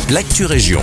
l'actu région.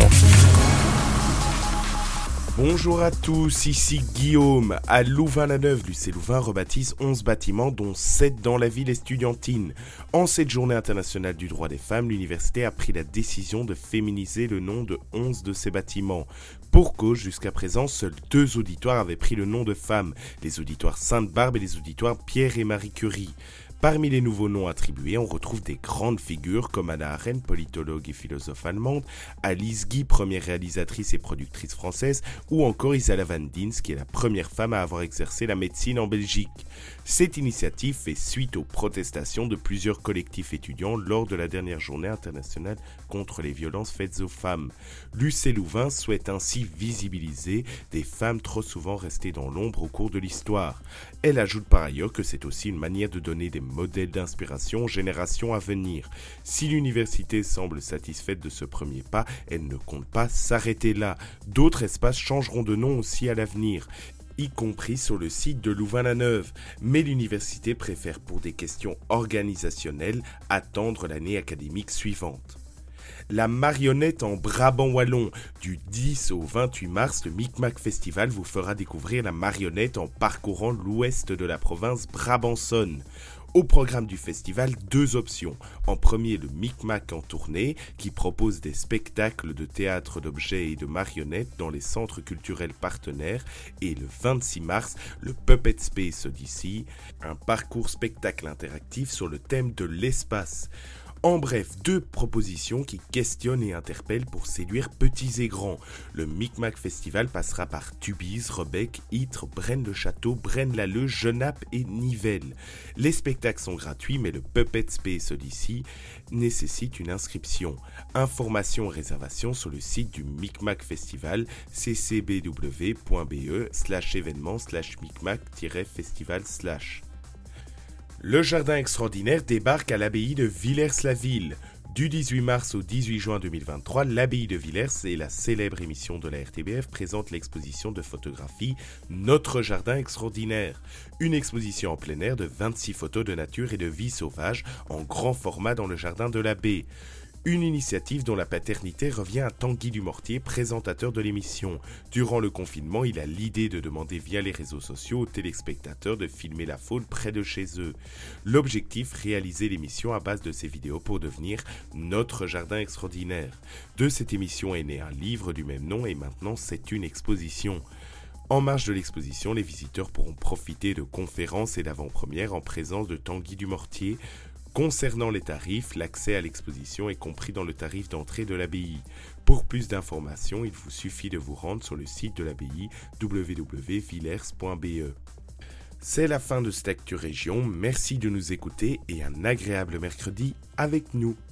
Bonjour à tous, ici Guillaume. À Louvain-la-Neuve, l'UC Louvain rebaptise 11 bâtiments, dont 7 dans la ville estudiantine. En cette journée internationale du droit des femmes, l'université a pris la décision de féminiser le nom de 11 de ces bâtiments. Pour cause, jusqu'à présent, seuls 2 auditoires avaient pris le nom de femmes, les auditoires Sainte-Barbe et les auditoires Pierre et Marie Curie. Parmi les nouveaux noms attribués, on retrouve des grandes figures comme Hannah Arendt, politologue et philosophe allemande, Alice Guy, première réalisatrice et productrice française, ou encore Isala van Dins, qui est la première femme à avoir exercé la médecine en Belgique. Cette initiative fait suite aux protestations de plusieurs collectifs étudiants lors de la dernière journée internationale contre les violences faites aux femmes. L'UC Louvain souhaite ainsi visibiliser des femmes trop souvent restées dans l'ombre au cours de l'histoire. Elle ajoute par ailleurs que c'est aussi une manière de donner des modèles d'inspiration aux générations à venir. Si l'université semble satisfaite de ce premier pas, elle ne compte pas s'arrêter là. D'autres espaces changeront de nom aussi à l'avenir, y compris sur le site de Louvain-la-Neuve. Mais l'université préfère, pour des questions organisationnelles, attendre l'année académique suivante. La marionnette en Brabant wallon. Du 10 au 28 mars, le Micmac Festival vous fera découvrir la marionnette en parcourant l'ouest de la province brabançonne. Au programme du festival, 2 options. En premier, le Micmac en tournée, qui propose des spectacles de théâtre d'objets et de marionnettes dans les centres culturels partenaires. Et le 26 mars, le Puppet Space Odyssey, un parcours spectacle interactif sur le thème de l'espace. En bref, 2 propositions qui questionnent et interpellent pour séduire petits et grands. Le Micmac Festival passera par Tubize, Rebec, Ytre, Braine-le-Château, Braine-l'Alleud, Genappe et Nivelles. Les spectacles sont gratuits, mais le Puppet Space Odyssey nécessite une inscription. Informations et réservations sur le site du Micmac Festival, ccbw.be/événements/micmac-festival/. Le jardin extraordinaire débarque à l'abbaye de Villers-la-Ville. Du 18 mars au 18 juin 2023, l'abbaye de Villers et la célèbre émission de la RTBF présentent l'exposition de photographie Notre jardin extraordinaire. Une exposition en plein air de 26 photos de nature et de vie sauvage en grand format dans le jardin de la baie. Une initiative dont la paternité revient à Tanguy Dumortier, présentateur de l'émission. Durant le confinement, il a l'idée de demander via les réseaux sociaux aux téléspectateurs de filmer la faune près de chez eux. L'objectif, réaliser l'émission à base de ces vidéos pour devenir Notre jardin extraordinaire. De cette émission est né un livre du même nom et maintenant c'est une exposition. En marge de l'exposition, les visiteurs pourront profiter de conférences et d'avant-premières en présence de Tanguy Dumortier. Concernant les tarifs, l'accès à l'exposition est compris dans le tarif d'entrée de l'abbaye. Pour plus d'informations, il vous suffit de vous rendre sur le site de l'abbaye www.villers.be. C'est la fin de cette Actu Région, merci de nous écouter et un agréable mercredi avec nous.